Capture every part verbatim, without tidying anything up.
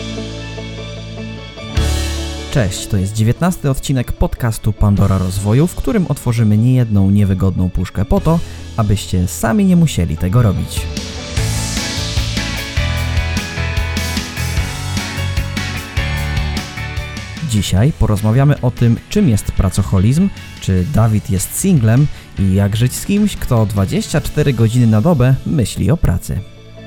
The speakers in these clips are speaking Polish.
Cześć, to jest dziewiętnasty odcinek podcastu Pandora Rozwoju, w którym otworzymy niejedną niewygodną puszkę po to, abyście sami nie musieli tego robić. Dzisiaj porozmawiamy o tym, czym jest pracoholizm, czy Dawid jest singlem i jak żyć z kimś, kto dwadzieścia cztery godziny na dobę myśli o pracy.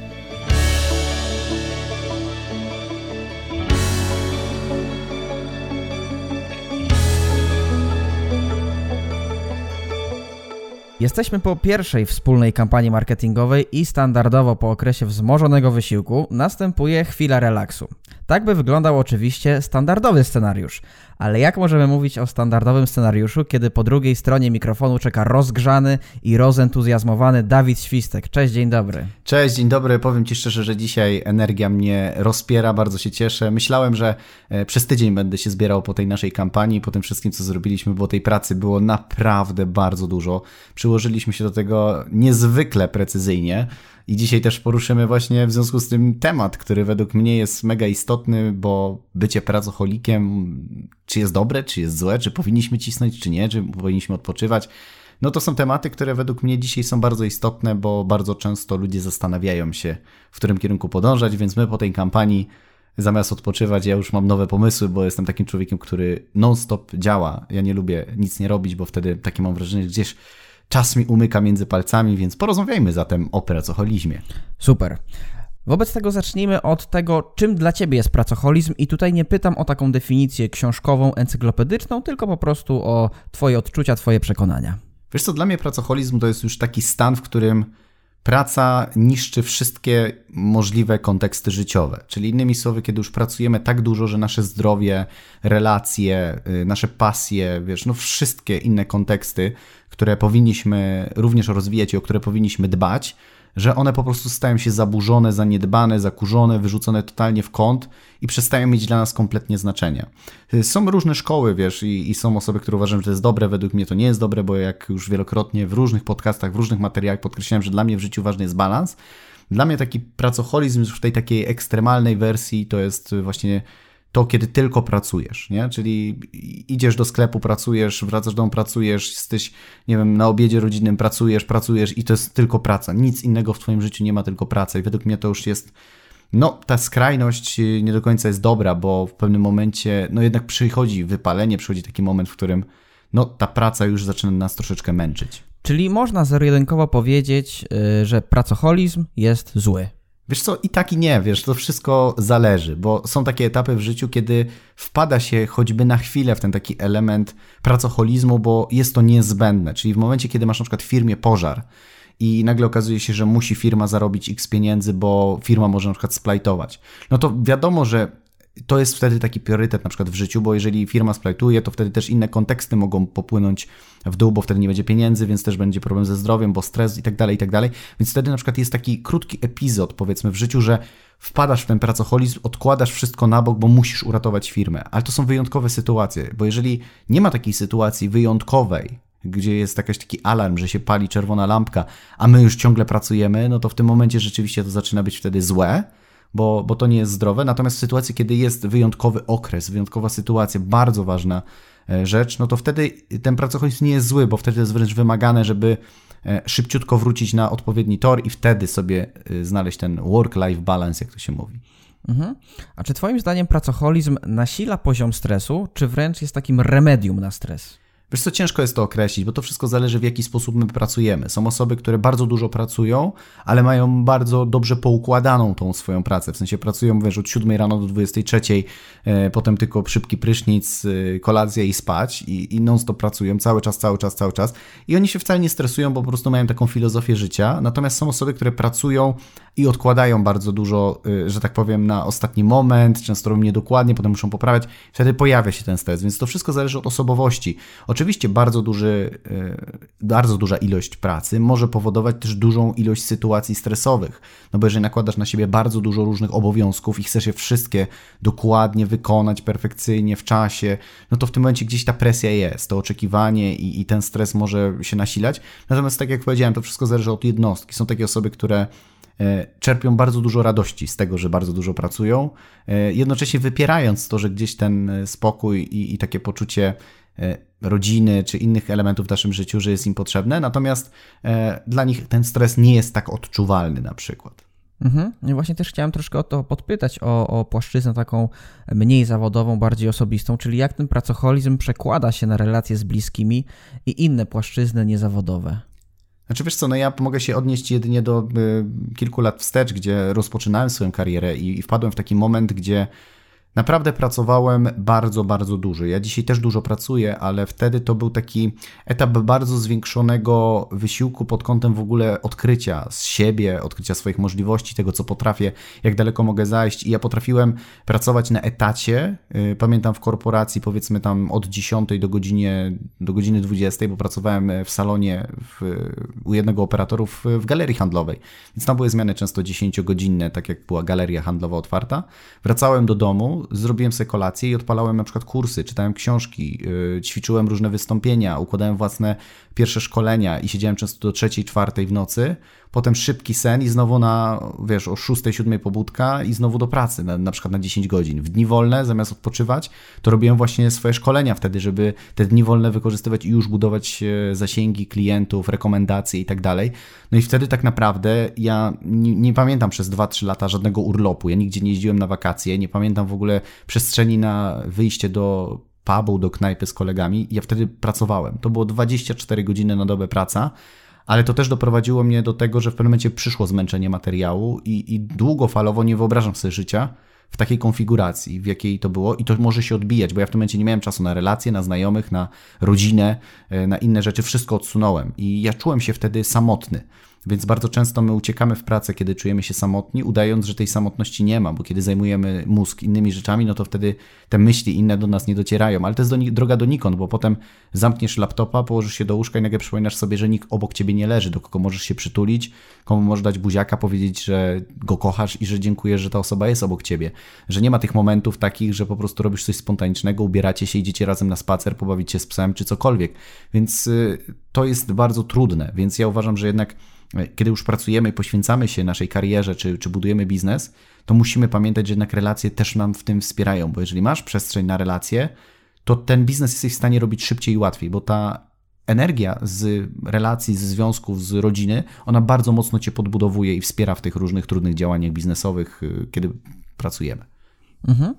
Jesteśmy po pierwszej wspólnej kampanii marketingowej i standardowo po okresie wzmożonego wysiłku następuje chwila relaksu. Tak by wyglądał oczywiście standardowy scenariusz, ale jak możemy mówić o standardowym scenariuszu, kiedy po drugiej stronie mikrofonu czeka rozgrzany i rozentuzjazmowany Dawid Świstek. Cześć, dzień dobry. Cześć, dzień dobry. Powiem Ci szczerze, że dzisiaj energia mnie rozpiera, bardzo się cieszę. Myślałem, że przez tydzień będę się zbierał po tej naszej kampanii, po tym wszystkim, co zrobiliśmy, bo tej pracy było naprawdę bardzo dużo. Przyłożyliśmy się do tego niezwykle precyzyjnie. I dzisiaj też poruszymy właśnie w związku z tym temat, który według mnie jest mega istotny, bo bycie pracocholikiem, czy jest dobre, czy jest złe, czy powinniśmy cisnąć, czy nie, czy powinniśmy odpoczywać. No to są tematy, które według mnie dzisiaj są bardzo istotne, bo bardzo często ludzie zastanawiają się, w którym kierunku podążać, więc my po tej kampanii zamiast odpoczywać, ja już mam nowe pomysły, bo jestem takim człowiekiem, który non-stop działa. Ja nie lubię nic nie robić, bo wtedy takie mam wrażenie, że gdzieś czas mi umyka między palcami, więc porozmawiajmy zatem o pracoholizmie. Super. Wobec tego zacznijmy od tego, czym dla Ciebie jest pracoholizm i tutaj nie pytam o taką definicję książkową, encyklopedyczną, tylko po prostu o Twoje odczucia, Twoje przekonania. Wiesz co, dla mnie pracoholizm to jest już taki stan, w którym praca niszczy wszystkie możliwe konteksty życiowe. Czyli innymi słowy, kiedy już pracujemy tak dużo, że nasze zdrowie, relacje, nasze pasje, wiesz, no wszystkie inne konteksty, które powinniśmy również rozwijać i o które powinniśmy dbać, że one po prostu stają się zaburzone, zaniedbane, zakurzone, wyrzucone totalnie w kąt i przestają mieć dla nas kompletnie znaczenie. Są różne szkoły, wiesz, i, i są osoby, które uważają, że to jest dobre, według mnie to nie jest dobre, bo jak już wielokrotnie w różnych podcastach, w różnych materiałach podkreślałem, że dla mnie w życiu ważny jest balans. Dla mnie taki pracoholizm już w tej takiej ekstremalnej wersji to jest właśnie to, kiedy tylko pracujesz, nie? Czyli idziesz do sklepu, pracujesz, wracasz do domu, pracujesz, jesteś, nie wiem, na obiedzie rodzinnym, pracujesz, pracujesz i to jest tylko praca. Nic innego w Twoim życiu nie ma, tylko praca i według mnie to już jest, no ta skrajność nie do końca jest dobra, bo w pewnym momencie, no jednak przychodzi wypalenie, przychodzi taki moment, w którym no ta praca już zaczyna nas troszeczkę męczyć. Czyli można zero-jedynkowo powiedzieć, że pracoholizm jest zły. Wiesz co, i tak i nie, wiesz, to wszystko zależy, bo są takie etapy w życiu, kiedy wpada się choćby na chwilę w ten taki element pracoholizmu, bo jest to niezbędne, czyli w momencie, kiedy masz na przykład w firmie pożar i nagle okazuje się, że musi firma zarobić x pieniędzy, bo firma może na przykład splajtować, no to wiadomo, że to jest wtedy taki priorytet na przykład w życiu, bo jeżeli firma splajtuje, to wtedy też inne konteksty mogą popłynąć w dół, bo wtedy nie będzie pieniędzy, więc też będzie problem ze zdrowiem, bo stres i tak dalej, i tak dalej. Więc wtedy na przykład jest taki krótki epizod, powiedzmy, w życiu, że wpadasz w ten pracoholizm, odkładasz wszystko na bok, bo musisz uratować firmę. Ale to są wyjątkowe sytuacje, bo jeżeli nie ma takiej sytuacji wyjątkowej, gdzie jest jakiś taki alarm, że się pali czerwona lampka, a my już ciągle pracujemy, no to w tym momencie rzeczywiście to zaczyna być wtedy złe, Bo, bo to nie jest zdrowe. Natomiast w sytuacji, kiedy jest wyjątkowy okres, wyjątkowa sytuacja, bardzo ważna rzecz, no to wtedy ten pracoholizm nie jest zły, bo wtedy jest wręcz wymagane, żeby szybciutko wrócić na odpowiedni tor i wtedy sobie znaleźć ten work-life balance, jak to się mówi. Mhm. A czy Twoim zdaniem pracoholizm nasila poziom stresu, czy wręcz jest takim remedium na stres? Wiesz co, ciężko jest to określić, bo to wszystko zależy, w jaki sposób my pracujemy. Są osoby, które bardzo dużo pracują, ale mają bardzo dobrze poukładaną tą swoją pracę. W sensie pracują, wiesz, od siódmej rano do dwudziestej trzeciej, e, potem tylko szybki prysznic, e, kolacja i spać i, i non-stop pracują cały czas, cały czas, cały czas. I oni się wcale nie stresują, bo po prostu mają taką filozofię życia. Natomiast są osoby, które pracują i odkładają bardzo dużo, e, że tak powiem, na ostatni moment, często robią niedokładnie, potem muszą poprawiać. Wtedy pojawia się ten stres, więc to wszystko zależy od osobowości. Oczywiście bardzo duży, bardzo duża ilość pracy może powodować też dużą ilość sytuacji stresowych, no bo jeżeli nakładasz na siebie bardzo dużo różnych obowiązków i chcesz je wszystkie dokładnie wykonać, perfekcyjnie, w czasie, no to w tym momencie gdzieś ta presja jest, to oczekiwanie i, i ten stres może się nasilać. Natomiast tak jak powiedziałem, to wszystko zależy od jednostki. Są takie osoby, które czerpią bardzo dużo radości z tego, że bardzo dużo pracują, jednocześnie wypierając to, że gdzieś ten spokój i, i takie poczucie rodziny czy innych elementów w naszym życiu, że jest im potrzebne, natomiast dla nich ten stres nie jest tak odczuwalny na przykład. Mhm. I właśnie też chciałem troszkę o to podpytać, o, o płaszczyznę taką mniej zawodową, bardziej osobistą, czyli jak ten pracoholizm przekłada się na relacje z bliskimi i inne płaszczyzny niezawodowe. Znaczy wiesz co, no ja mogę się odnieść jedynie do y, kilku lat wstecz, gdzie rozpoczynałem swoją karierę i, i wpadłem w taki moment, gdzie naprawdę pracowałem bardzo, bardzo dużo. Ja dzisiaj też dużo pracuję, ale wtedy to był taki etap bardzo zwiększonego wysiłku pod kątem w ogóle odkrycia z siebie, odkrycia swoich możliwości, tego co potrafię, jak daleko mogę zajść. I ja potrafiłem pracować na etacie. Pamiętam w korporacji powiedzmy tam od dziesiątej do godziny, do godziny dwudziestej, bo pracowałem w salonie w, u jednego operatorów w galerii handlowej. Więc tam były zmiany często dziesięciogodzinne, tak jak była galeria handlowa otwarta. Wracałem do domu, zrobiłem sobie kolację i odpalałem na przykład kursy, czytałem książki, yy, ćwiczyłem różne wystąpienia, układałem własne pierwsze szkolenia i siedziałem często do trzeciej, czwartej w nocy, potem szybki sen i znowu na, wiesz, o szóstej, siódmej pobudka i znowu do pracy, na, na przykład na dziesięć godzin. W dni wolne, zamiast odpoczywać, to robiłem właśnie swoje szkolenia wtedy, żeby te dni wolne wykorzystywać i już budować zasięgi klientów, rekomendacje i tak dalej. No i wtedy tak naprawdę ja nie, nie pamiętam przez dwa trzy lata żadnego urlopu, ja nigdzie nie jeździłem na wakacje, nie pamiętam w ogóle przestrzeni na wyjście do pubu, do knajpy z kolegami. Ja wtedy pracowałem. To było dwadzieścia cztery godziny na dobę praca, ale to też doprowadziło mnie do tego, że w pewnym momencie przyszło zmęczenie materiału i, i długofalowo nie wyobrażam sobie życia w takiej konfiguracji, w jakiej to było i to może się odbijać, bo ja w tym momencie nie miałem czasu na relacje, na znajomych, na rodzinę, na inne rzeczy, wszystko odsunąłem i ja czułem się wtedy samotny. Więc bardzo często my uciekamy w pracę, kiedy czujemy się samotni, udając, że tej samotności nie ma, bo kiedy zajmujemy mózg innymi rzeczami, no to wtedy te myśli inne do nas nie docierają. Ale to jest do, droga donikąd, bo potem zamkniesz laptopa, położysz się do łóżka i nagle przypominasz sobie, że nikt obok ciebie nie leży, do kogo możesz się przytulić, komu możesz dać buziaka, powiedzieć, że go kochasz i że dziękujesz, że ta osoba jest obok ciebie. Że nie ma tych momentów takich, że po prostu robisz coś spontanicznego, ubieracie się, idziecie razem na spacer, pobawić się z psem czy cokolwiek. Więc y, to jest bardzo trudne. Więc ja uważam, że jednak kiedy już pracujemy i poświęcamy się naszej karierze, czy, czy budujemy biznes, to musimy pamiętać, że jednak relacje też nam w tym wspierają, bo jeżeli masz przestrzeń na relacje, to ten biznes jesteś w stanie robić szybciej i łatwiej, bo ta energia z relacji, z związków, z rodziny, ona bardzo mocno cię podbudowuje i wspiera w tych różnych trudnych działaniach biznesowych, kiedy pracujemy. Mhm.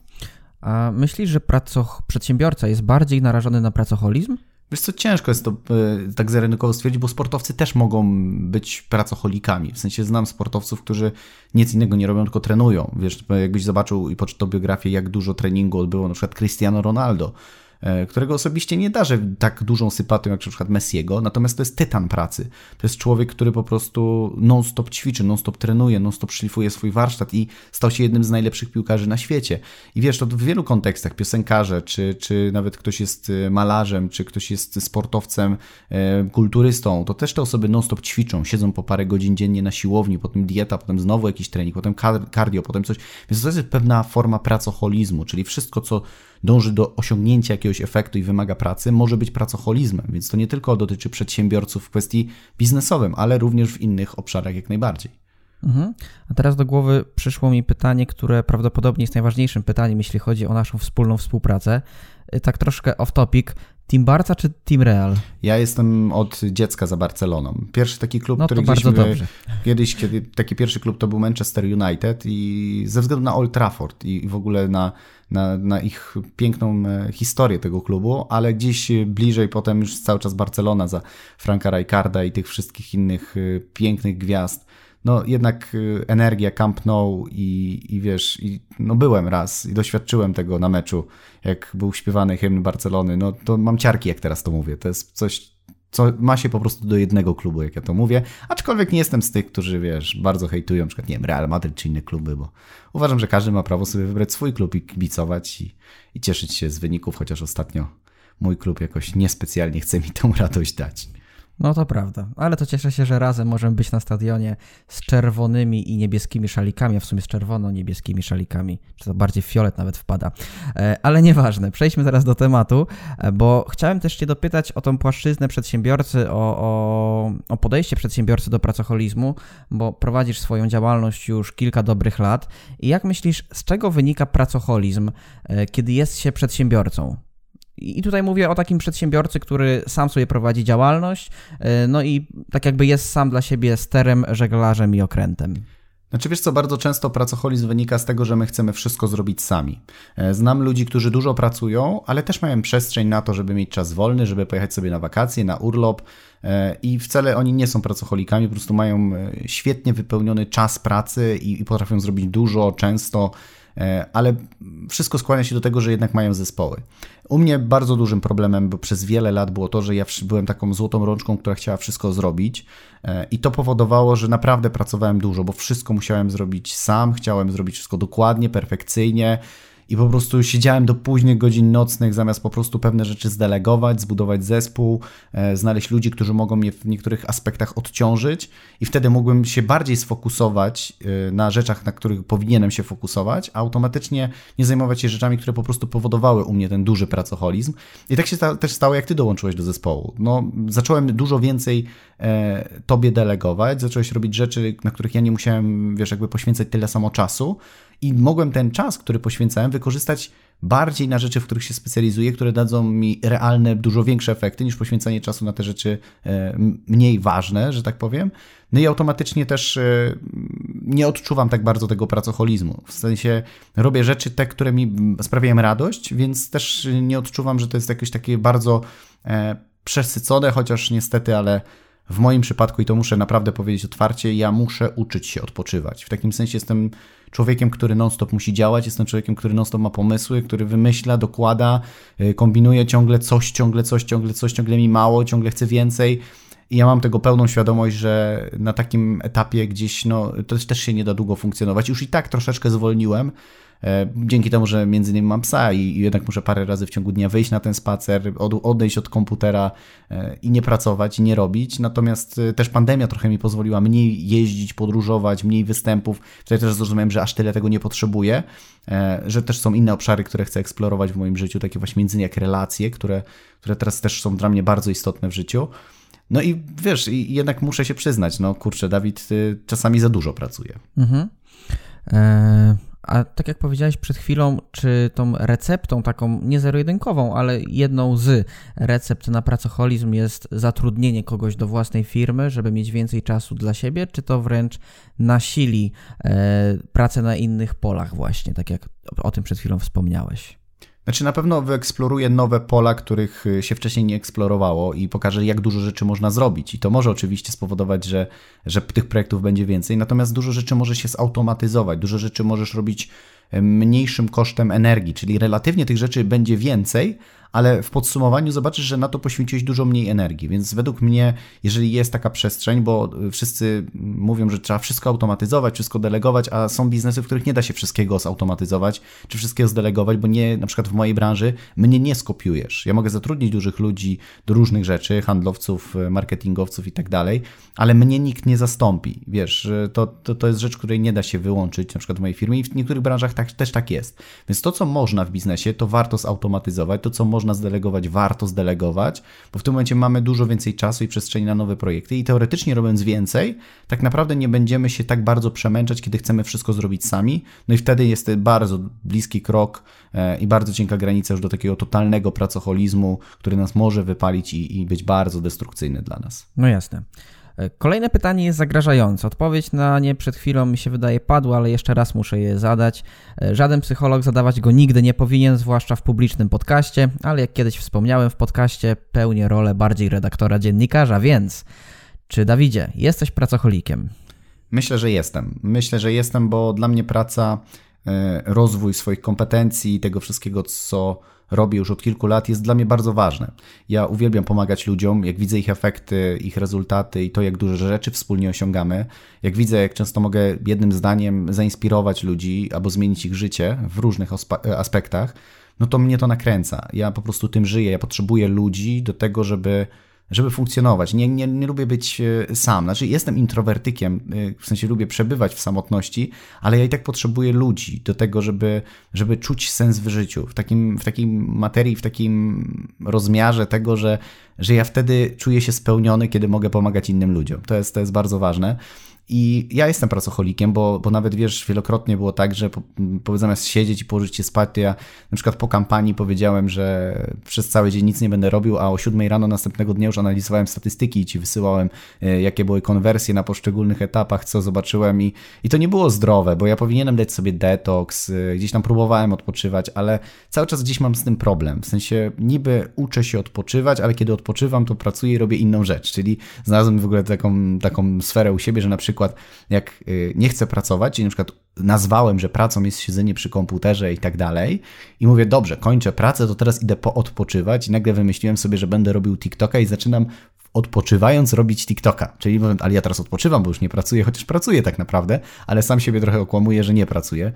A myślisz, że pracoch- przedsiębiorca jest bardziej narażony na pracoholizm? Wiesz co, ciężko jest to y, tak zarynkowo stwierdzić, bo sportowcy też mogą być pracoholikami. W sensie znam sportowców, którzy nic innego nie robią, tylko trenują. Wiesz, jakbyś zobaczył i poczytał biografię, jak dużo treningu odbyło na przykład Cristiano Ronaldo, którego osobiście nie darzę tak dużą sympatią jak na przykład Messiego, natomiast to jest tytan pracy. To jest człowiek, który po prostu non-stop ćwiczy, non-stop trenuje, non-stop szlifuje swój warsztat i stał się jednym z najlepszych piłkarzy na świecie. I wiesz, to w wielu kontekstach, piosenkarze, czy, czy nawet ktoś jest malarzem, czy ktoś jest sportowcem, e, kulturystą, to też te osoby non-stop ćwiczą, siedzą po parę godzin dziennie na siłowni, potem dieta, potem znowu jakiś trening, potem cardio, potem coś. Więc to jest pewna forma pracoholizmu, czyli wszystko, co dąży do osiągnięcia jakiegoś efektu i wymaga pracy, może być pracoholizmem, więc to nie tylko dotyczy przedsiębiorców w kwestii biznesowym, ale również w innych obszarach jak najbardziej. Mhm. A teraz do głowy przyszło mi pytanie, które prawdopodobnie jest najważniejszym pytaniem, jeśli chodzi o naszą wspólną współpracę. Tak troszkę off topic. Team Barca czy Team Real? Ja jestem od dziecka za Barceloną. Pierwszy taki klub, no który gdzieś my, dobrze. kiedyś, kiedy taki pierwszy klub to był Manchester United i ze względu na Old Trafford i w ogóle na, na, na ich piękną historię tego klubu, ale gdzieś bliżej potem już cały czas Barcelona za Franka Rijkaarda i tych wszystkich innych pięknych gwiazd. No jednak energia Camp Nou i, i wiesz, i, no byłem raz i doświadczyłem tego na meczu, jak był śpiewany hymn Barcelony, no to mam ciarki, jak teraz to mówię, to jest coś, co ma się po prostu do jednego klubu, jak ja to mówię, aczkolwiek nie jestem z tych, którzy, wiesz, bardzo hejtują, na przykład, nie wiem, Real Madrid czy inne kluby, bo uważam, że każdy ma prawo sobie wybrać swój klub i kibicować i, i cieszyć się z wyników, chociaż ostatnio mój klub jakoś niespecjalnie chce mi tę radość dać. No to prawda, ale to cieszę się, że razem możemy być na stadionie z czerwonymi i niebieskimi szalikami, a w sumie z czerwono-niebieskimi szalikami, czy to bardziej fiolet nawet wpada, ale nieważne. Przejdźmy teraz do tematu, bo chciałem też Cię dopytać o tą płaszczyznę przedsiębiorcy, o, o, o podejście przedsiębiorcy do pracoholizmu, bo prowadzisz swoją działalność już kilka dobrych lat i jak myślisz, z czego wynika pracoholizm, kiedy jest się przedsiębiorcą? I tutaj mówię o takim przedsiębiorcy, który sam sobie prowadzi działalność, no i tak jakby jest sam dla siebie sterem, żeglarzem i okrętem. Znaczy wiesz co, bardzo często pracoholizm wynika z tego, że my chcemy wszystko zrobić sami. Znam ludzi, którzy dużo pracują, ale też mają przestrzeń na to, żeby mieć czas wolny, żeby pojechać sobie na wakacje, na urlop i wcale oni nie są pracoholikami, po prostu mają świetnie wypełniony czas pracy i, i potrafią zrobić dużo, często, ale wszystko skłania się do tego, że jednak mają zespoły. U mnie bardzo dużym problemem bo przez wiele lat było to, że ja byłem taką złotą rączką, która chciała wszystko zrobić i to powodowało, że naprawdę pracowałem dużo, bo wszystko musiałem zrobić sam, chciałem zrobić wszystko dokładnie, perfekcyjnie i po prostu siedziałem do późnych godzin nocnych, zamiast po prostu pewne rzeczy zdelegować, zbudować zespół, e, znaleźć ludzi, którzy mogą mnie w niektórych aspektach odciążyć i wtedy mógłbym się bardziej sfokusować e, na rzeczach, na których powinienem się fokusować, a automatycznie nie zajmować się rzeczami, które po prostu powodowały u mnie ten duży pracoholizm. I tak się sta- też stało, jak ty dołączyłeś do zespołu. No, zacząłem dużo więcej e, tobie delegować, zacząłeś robić rzeczy, na których ja nie musiałem, wiesz, jakby poświęcać tyle samo czasu, i mogłem ten czas, który poświęcałem, wykorzystać bardziej na rzeczy, w których się specjalizuję, które dadzą mi realne, dużo większe efekty niż poświęcanie czasu na te rzeczy mniej ważne, że tak powiem. No i automatycznie też nie odczuwam tak bardzo tego pracoholizmu. W sensie robię rzeczy te, które mi sprawiają radość, więc też nie odczuwam, że to jest jakieś takie bardzo przesycone, chociaż niestety, ale w moim przypadku, i to muszę naprawdę powiedzieć otwarcie, ja muszę uczyć się odpoczywać. W takim sensie jestem człowiekiem, który non-stop musi działać, jestem człowiekiem, który non-stop ma pomysły, który wymyśla, dokłada, kombinuje ciągle coś, ciągle coś, ciągle coś, ciągle mi mało, ciągle chce więcej. I ja mam tego pełną świadomość, że na takim etapie gdzieś, no, to też się nie da długo funkcjonować. Już i tak troszeczkę zwolniłem, dzięki temu, że między innymi mam psa i jednak muszę parę razy w ciągu dnia wyjść na ten spacer, odejść od komputera i nie pracować, i nie robić. Natomiast też pandemia trochę mi pozwoliła mniej jeździć, podróżować, mniej występów. Tutaj też zrozumiałem, że aż tyle tego nie potrzebuję, że też są inne obszary, które chcę eksplorować w moim życiu, takie właśnie między innymi jak relacje, które, które teraz też są dla mnie bardzo istotne w życiu. No i wiesz, i jednak muszę się przyznać, no kurczę, Dawid, czasami za dużo pracuje. Mhm. E- A tak jak powiedziałeś przed chwilą, czy tą receptą taką nie zero-jedynkową, ale jedną z recept na pracoholizm jest zatrudnienie kogoś do własnej firmy, żeby mieć więcej czasu dla siebie, czy to wręcz nasili e, pracę na innych polach właśnie, tak jak o tym przed chwilą wspomniałeś? Znaczy na pewno wyeksploruję nowe pola, których się wcześniej nie eksplorowało i pokażę, jak dużo rzeczy można zrobić. I to może oczywiście spowodować, że, że tych projektów będzie więcej, natomiast dużo rzeczy może się zautomatyzować, dużo rzeczy możesz robić mniejszym kosztem energii, czyli relatywnie tych rzeczy będzie więcej, ale w podsumowaniu zobaczysz, że na to poświęciłeś dużo mniej energii, więc według mnie, jeżeli jest taka przestrzeń, bo wszyscy mówią, że trzeba wszystko automatyzować, wszystko delegować, a są biznesy, w których nie da się wszystkiego zautomatyzować, czy wszystkiego zdelegować, bo nie, na przykład w mojej branży mnie nie skopiujesz. Ja mogę zatrudnić dużych ludzi do różnych rzeczy, handlowców, marketingowców i tak dalej, ale mnie nikt nie zastąpi. Wiesz, to, to, to jest rzecz, której nie da się wyłączyć, na przykład w mojej firmie i w niektórych branżach tak, też tak jest. Więc to, co można w biznesie, to warto zautomatyzować, to, co można można zdelegować, warto zdelegować, bo w tym momencie mamy dużo więcej czasu i przestrzeni na nowe projekty i teoretycznie robiąc więcej, tak naprawdę nie będziemy się tak bardzo przemęczać, kiedy chcemy wszystko zrobić sami, no i wtedy jest to bardzo bliski krok i bardzo cienka granica już do takiego totalnego pracoholizmu, który nas może wypalić i, i być bardzo destrukcyjny dla nas. No jasne. Kolejne pytanie jest zagrażające. Odpowiedź na nie przed chwilą mi się wydaje padła, ale jeszcze raz muszę je zadać. Żaden psycholog zadawać go nigdy nie powinien, zwłaszcza w publicznym podcaście, ale jak kiedyś wspomniałem w podcaście, pełnię rolę bardziej redaktora dziennikarza, więc czy Dawidzie, jesteś pracocholikiem? Myślę, że jestem. Myślę, że jestem, bo dla mnie praca, rozwój swoich kompetencji, tego wszystkiego, co robię już od kilku lat, jest dla mnie bardzo ważne. Ja uwielbiam pomagać ludziom, jak widzę ich efekty, ich rezultaty i to, jak duże rzeczy wspólnie osiągamy, jak widzę, jak często mogę jednym zdaniem zainspirować ludzi albo zmienić ich życie w różnych aspektach, no to mnie to nakręca. Ja po prostu tym żyję, ja potrzebuję ludzi do tego, żeby żeby funkcjonować. Nie, nie, nie lubię być sam. Znaczy jestem introwertykiem, w sensie lubię przebywać w samotności, ale ja i tak potrzebuję ludzi do tego, żeby, żeby czuć sens w życiu. W takim, w takiej materii, w takim rozmiarze tego, że, że ja wtedy czuję się spełniony, kiedy mogę pomagać innym ludziom. To jest, to jest bardzo ważne. I ja jestem pracocholikiem, bo, bo nawet wiesz, wielokrotnie było tak, że po, po, zamiast siedzieć i położyć się spać, to ja na przykład po kampanii powiedziałem, że przez cały dzień nic nie będę robił, a o siódmej rano następnego dnia już analizowałem statystyki i ci wysyłałem, jakie były konwersje na poszczególnych etapach, co zobaczyłem i, i to nie było zdrowe, bo ja powinienem dać sobie detoks, gdzieś tam próbowałem odpoczywać, ale cały czas gdzieś mam z tym problem, w sensie niby uczę się odpoczywać, ale kiedy odpoczywam, to pracuję i robię inną rzecz, czyli znalazłem w ogóle taką, taką sferę u siebie, że na przykład jak nie chcę pracować, czyli na przykład nazwałem, że pracą jest siedzenie przy komputerze i tak dalej i mówię, dobrze, kończę pracę, to teraz idę poodpoczywać i nagle wymyśliłem sobie, że będę robił TikToka i zaczynam odpoczywając robić TikToka, czyli mówię, ale ja teraz odpoczywam, bo już nie pracuję, chociaż pracuję tak naprawdę, ale sam siebie trochę okłamuję, że nie pracuję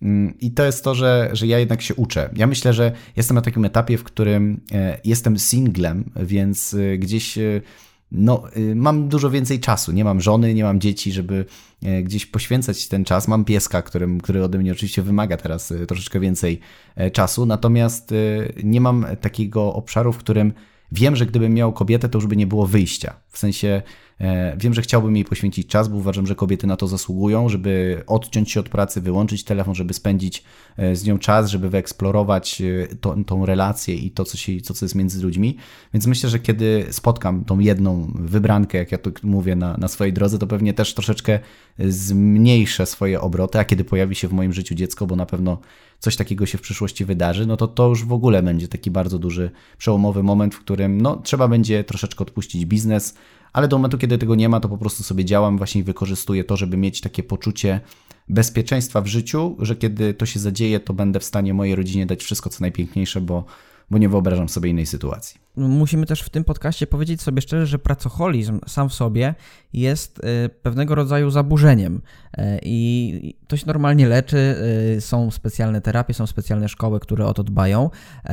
i to jest to, że, że ja jednak się uczę. Ja myślę, że jestem na takim etapie, w którym jestem singlem, więc gdzieś no, mam dużo więcej czasu, nie mam żony, nie mam dzieci, żeby gdzieś poświęcać ten czas. Mam pieska, którym, który ode mnie oczywiście wymaga teraz troszeczkę więcej czasu, natomiast nie mam takiego obszaru, w którym wiem, że gdybym miał kobietę, to już by nie było wyjścia. W sensie wiem, że chciałbym jej poświęcić czas, bo uważam, że kobiety na to zasługują, żeby odciąć się od pracy, wyłączyć telefon, żeby spędzić z nią czas, żeby wyeksplorować to, tą relację i to co, się, to, co jest między ludźmi. Więc myślę, że kiedy spotkam tą jedną wybrankę, jak ja to mówię, na, na swojej drodze, to pewnie też troszeczkę zmniejszę swoje obroty, a kiedy pojawi się w moim życiu dziecko, bo na pewno coś takiego się w przyszłości wydarzy, no to to już w ogóle będzie taki bardzo duży, przełomowy moment, w którym no, trzeba będzie troszeczkę odpuścić biznes, ale do momentu, kiedy tego nie ma, to po prostu sobie działam, właśnie wykorzystuję to, żeby mieć takie poczucie bezpieczeństwa w życiu, że kiedy to się zadzieje, to będę w stanie mojej rodzinie dać wszystko, co najpiękniejsze, bo, bo nie wyobrażam sobie innej sytuacji. Musimy też w tym podcaście powiedzieć sobie szczerze, że pracoholizm sam w sobie jest pewnego rodzaju zaburzeniem i to się normalnie leczy, są specjalne terapie, są specjalne szkoły, które o to dbają,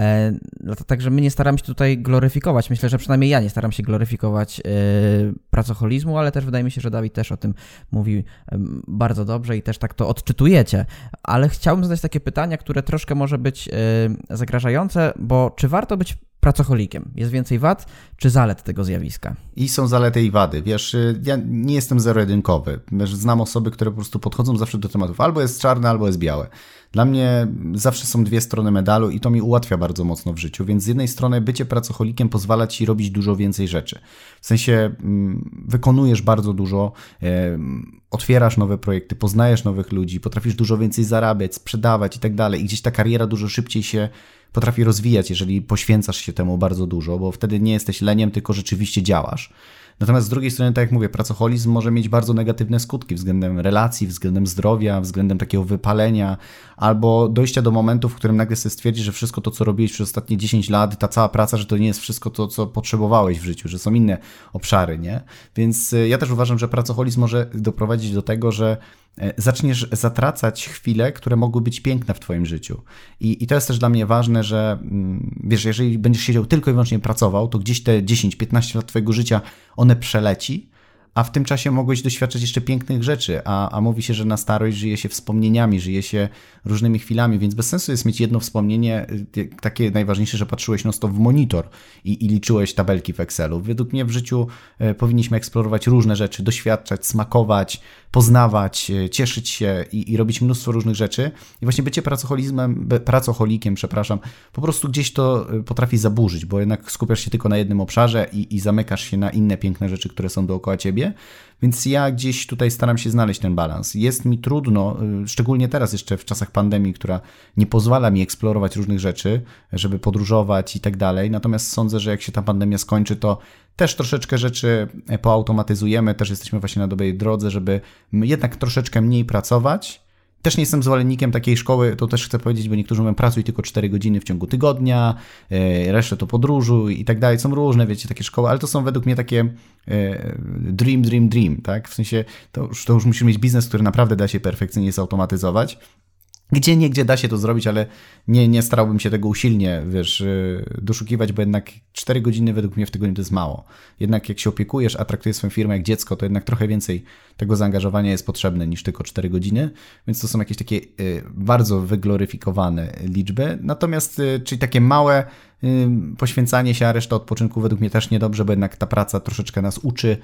także my nie staramy się tutaj gloryfikować, myślę, że przynajmniej ja nie staram się gloryfikować pracoholizmu, ale też wydaje mi się, że Dawid też o tym mówi bardzo dobrze i też tak to odczytujecie, ale chciałbym zadać takie pytania, które troszkę może być zagrażające, bo czy warto być pracocholikiem? Jest więcej wad czy zalet tego zjawiska? I są zalety i wady. Wiesz, ja nie jestem zero-jedynkowy. Wiesz, znam osoby, które po prostu podchodzą zawsze do tematów. Albo jest czarne, albo jest białe. Dla mnie zawsze są dwie strony medalu i to mi ułatwia bardzo mocno w życiu, więc z jednej strony bycie pracocholikiem pozwala ci robić dużo więcej rzeczy. W sensie wykonujesz bardzo dużo, otwierasz nowe projekty, poznajesz nowych ludzi, potrafisz dużo więcej zarabiać, sprzedawać i tak dalej. I gdzieś ta kariera dużo szybciej się potrafi rozwijać, jeżeli poświęcasz się temu bardzo dużo, bo wtedy nie jesteś leniem, tylko rzeczywiście działasz. Natomiast z drugiej strony, tak jak mówię, pracoholizm może mieć bardzo negatywne skutki względem relacji, względem zdrowia, względem takiego wypalenia, albo dojścia do momentu, w którym nagle sobie stwierdzisz, że wszystko to, co robiłeś przez ostatnie dziesięć lat, ta cała praca, że to nie jest wszystko to, co potrzebowałeś w życiu, że są inne obszary, nie? Więc ja też uważam, że pracoholizm może doprowadzić do tego, że zaczniesz zatracać chwile, które mogły być piękne w twoim życiu. I, i to jest też dla mnie ważne, że wiesz, jeżeli będziesz siedział tylko i wyłącznie pracował, to gdzieś te dziesięć piętnaście lat twojego życia one przeleci, a w tym czasie mogłeś doświadczyć jeszcze pięknych rzeczy, a, a mówi się, że na starość żyje się wspomnieniami, żyje się różnymi chwilami, więc bez sensu jest mieć jedno wspomnienie, takie najważniejsze, że patrzyłeś non stop w monitor i, i liczyłeś tabelki w Excelu. Według mnie w życiu e, powinniśmy eksplorować różne rzeczy, doświadczać, smakować, poznawać, e, cieszyć się i, i robić mnóstwo różnych rzeczy. I właśnie bycie pracoholizmem, pracocholikiem, przepraszam, po prostu gdzieś to potrafi zaburzyć, bo jednak skupiasz się tylko na jednym obszarze i, i zamykasz się na inne piękne rzeczy, które są dookoła ciebie. Więc ja gdzieś tutaj staram się znaleźć ten balans. Jest mi trudno, szczególnie teraz jeszcze w czasach pandemii, która nie pozwala mi eksplorować różnych rzeczy, żeby podróżować i tak dalej. Natomiast sądzę, że jak się ta pandemia skończy, to też troszeczkę rzeczy poautomatyzujemy, też jesteśmy właśnie na dobrej drodze, żeby jednak troszeczkę mniej pracować. Też nie jestem zwolennikiem takiej szkoły, to też chcę powiedzieć, bo niektórzy mówią, pracuj tylko cztery godziny w ciągu tygodnia, resztę to podróżuj i tak dalej. Są różne, wiecie, takie szkoły, ale to są według mnie takie dream, dream, dream, tak? W sensie to już, to już musisz mieć biznes, który naprawdę da się perfekcyjnie zautomatyzować. Gdzie niegdzie da się to zrobić, ale nie, nie starałbym się tego usilnie, wiesz, doszukiwać, bo jednak cztery godziny według mnie w tygodniu to jest mało. Jednak jak się opiekujesz, a traktujesz swoją firmę jak dziecko, to jednak trochę więcej tego zaangażowania jest potrzebne niż tylko cztery godziny, więc to są jakieś takie bardzo wygloryfikowane liczby. Natomiast, czyli takie małe poświęcanie się, a reszta odpoczynku według mnie też niedobrze, bo jednak ta praca troszeczkę nas uczy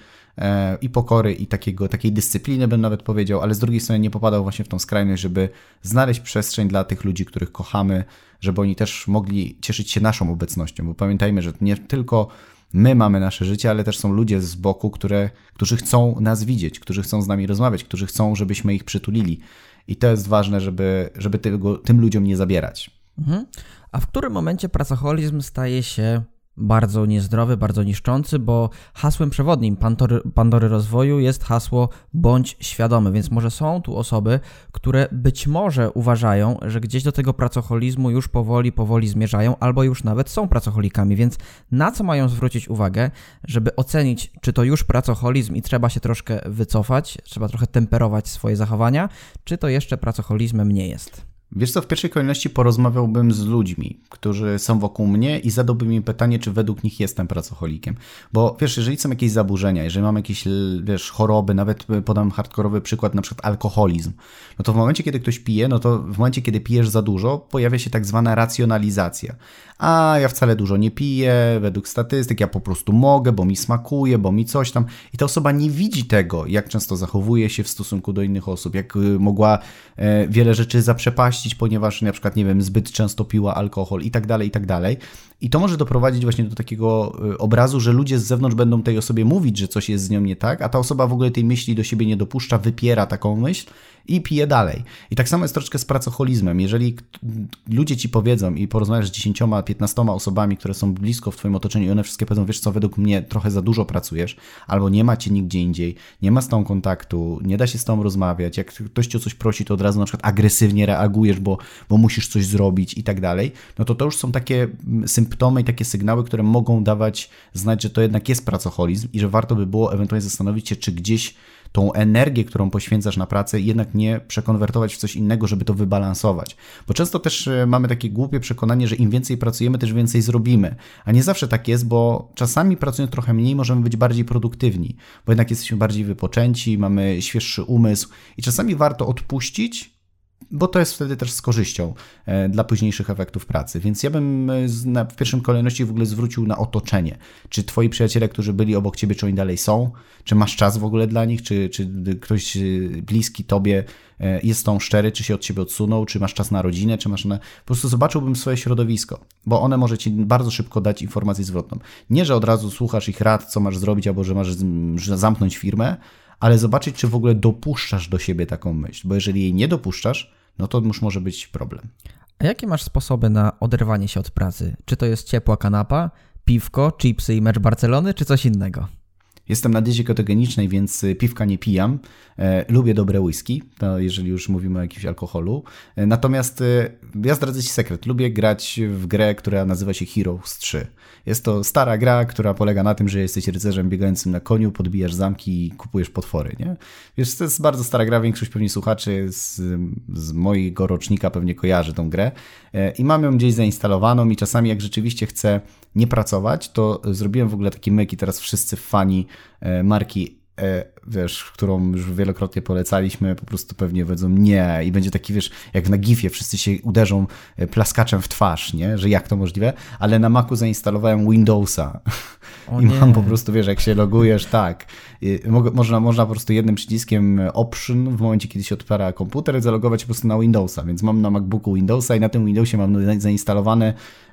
i pokory, i takiego, takiej dyscypliny, bym nawet powiedział, ale z drugiej strony nie popadał właśnie w tą skrajność, żeby znaleźć przestrzeń dla tych ludzi, których kochamy, żeby oni też mogli cieszyć się naszą obecnością, bo pamiętajmy, że nie tylko my mamy nasze życie, ale też są ludzie z boku, które, którzy chcą nas widzieć, którzy chcą z nami rozmawiać, którzy chcą, żebyśmy ich przytulili. I to jest ważne, żeby, żeby tego, tym ludziom nie zabierać. Mhm. A w którym momencie pracoholizm staje się bardzo niezdrowy, bardzo niszczący, bo hasłem przewodnim Pandory, Pandory Rozwoju jest hasło bądź świadomy, więc może są tu osoby, które być może uważają, że gdzieś do tego pracoholizmu już powoli, powoli zmierzają, albo już nawet są pracoholikami, więc na co mają zwrócić uwagę, żeby ocenić, czy to już pracoholizm i trzeba się troszkę wycofać, trzeba trochę temperować swoje zachowania, czy to jeszcze pracoholizmem nie jest? Wiesz co, w pierwszej kolejności porozmawiałbym z ludźmi, którzy są wokół mnie i zadałbym im pytanie, czy według nich jestem pracocholikiem. Bo wiesz, jeżeli są jakieś zaburzenia, jeżeli mam jakieś, wiesz, choroby, nawet podam hardkorowy przykład, na przykład alkoholizm, no to w momencie, kiedy ktoś pije, no to w momencie, kiedy pijesz za dużo, pojawia się tak zwana racjonalizacja. A ja wcale dużo nie piję, według statystyk, ja po prostu mogę, bo mi smakuje, bo mi coś tam. I ta osoba nie widzi tego, jak często zachowuje się w stosunku do innych osób, jak mogła e, wiele rzeczy zaprzepaścić, ponieważ na przykład, nie wiem, zbyt często piła alkohol i tak dalej, i tak dalej. I to może doprowadzić właśnie do takiego obrazu, że ludzie z zewnątrz będą tej osobie mówić, że coś jest z nią nie tak, a ta osoba w ogóle tej myśli do siebie nie dopuszcza, wypiera taką myśl i pije dalej. I tak samo jest troszeczkę z pracoholizmem. Jeżeli ludzie ci powiedzą i porozmawiasz z dziesięcioma, piętnastoma osobami, które są blisko w twoim otoczeniu i one wszystkie powiedzą, wiesz co, według mnie trochę za dużo pracujesz, albo nie ma cię nigdzie indziej, nie ma z tobą kontaktu, nie da się z tobą rozmawiać, jak ktoś cię o coś prosi, to od razu na przykład agresywnie reagujesz, bo, bo musisz coś zrobić i tak dalej, no to to już są takie symptomy i takie sygnały, które mogą dawać znać, że to jednak jest pracoholizm i że warto by było ewentualnie zastanowić się, czy gdzieś tą energię, którą poświęcasz na pracę, jednak nie przekonwertować w coś innego, żeby to wybalansować. Bo często też mamy takie głupie przekonanie, że im więcej pracujemy, też więcej zrobimy. A nie zawsze tak jest, bo czasami pracując trochę mniej możemy być bardziej produktywni, bo jednak jesteśmy bardziej wypoczęci, mamy świeższy umysł i czasami warto odpuścić, bo to jest wtedy też z korzyścią dla późniejszych efektów pracy. Więc ja bym w pierwszym kolejności w ogóle zwrócił na otoczenie. Czy twoi przyjaciele, którzy byli obok ciebie, czy oni dalej są? Czy masz czas w ogóle dla nich? Czy, czy ktoś bliski tobie jest z tą szczery? Czy się od ciebie odsunął? Czy masz czas na rodzinę? Czy masz na... Po prostu zobaczyłbym swoje środowisko, bo one może ci bardzo szybko dać informację zwrotną. Nie, że od razu słuchasz ich rad, co masz zrobić, albo że masz zamknąć firmę, ale zobaczyć, czy w ogóle dopuszczasz do siebie taką myśl, bo jeżeli jej nie dopuszczasz, no to już może być problem. A jakie masz sposoby na oderwanie się od pracy? Czy to jest ciepła kanapa, piwko, chipsy i mecz Barcelony, czy coś innego? Jestem na diecie ketogenicznej, więc piwka nie pijam. E, lubię dobre whisky, to jeżeli już mówimy o jakimś alkoholu. E, natomiast e, ja zdradzę Ci sekret. Lubię grać w grę, która nazywa się Heroes trzy. Jest to stara gra, która polega na tym, że jesteś rycerzem biegającym na koniu, podbijasz zamki i kupujesz potwory, nie? Wiesz, to jest bardzo stara gra, większość pewnie słuchaczy z, z mojego rocznika pewnie kojarzy tą grę. E, I mam ją gdzieś zainstalowaną i czasami jak rzeczywiście chcę nie pracować, to zrobiłem w ogóle taki myk i teraz wszyscy fani marki, wiesz, którą już wielokrotnie polecaliśmy, po prostu pewnie powiedzą nie i będzie taki, wiesz, jak na gifie, wszyscy się uderzą plaskaczem w twarz, nie, że jak to możliwe, ale na Macu zainstalowałem Windowsa o i nie. Mam po prostu, wiesz, jak się logujesz, tak, można, można po prostu jednym przyciskiem Option w momencie, kiedy się otwiera komputer, zalogować po prostu na Windowsa, więc mam na MacBooku Windowsa i na tym Windowsie mam zainstalowane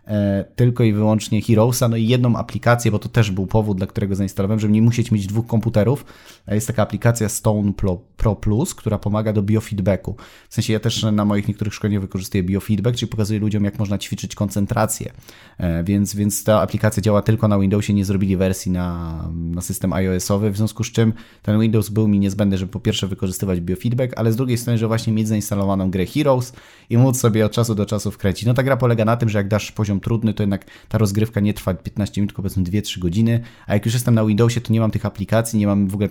tylko i wyłącznie Heroesa, no i jedną aplikację, bo to też był powód, dla którego zainstalowałem, żeby nie musieć mieć dwóch komputerów. Jest taka aplikacja Stone Pro Plus, która pomaga do biofeedbacku. W sensie ja też na moich niektórych szkoleniach wykorzystuję biofeedback, czyli pokazuję ludziom, jak można ćwiczyć koncentrację. Więc, więc ta aplikacja działa tylko na Windowsie, nie zrobili wersji na, na system iOS-owy, w związku z czym ten Windows był mi niezbędny, żeby po pierwsze wykorzystywać biofeedback, ale z drugiej strony, że właśnie mieć zainstalowaną grę Heroes i móc sobie od czasu do czasu wkręcić. No ta gra polega na tym, że jak dasz poziom trudny, to jednak ta rozgrywka nie trwa piętnaście minut, tylko powiedzmy dwie trzy godziny, a jak już jestem na Windowsie, to nie mam tych aplikacji, nie mam w ogóle tam zalogowanych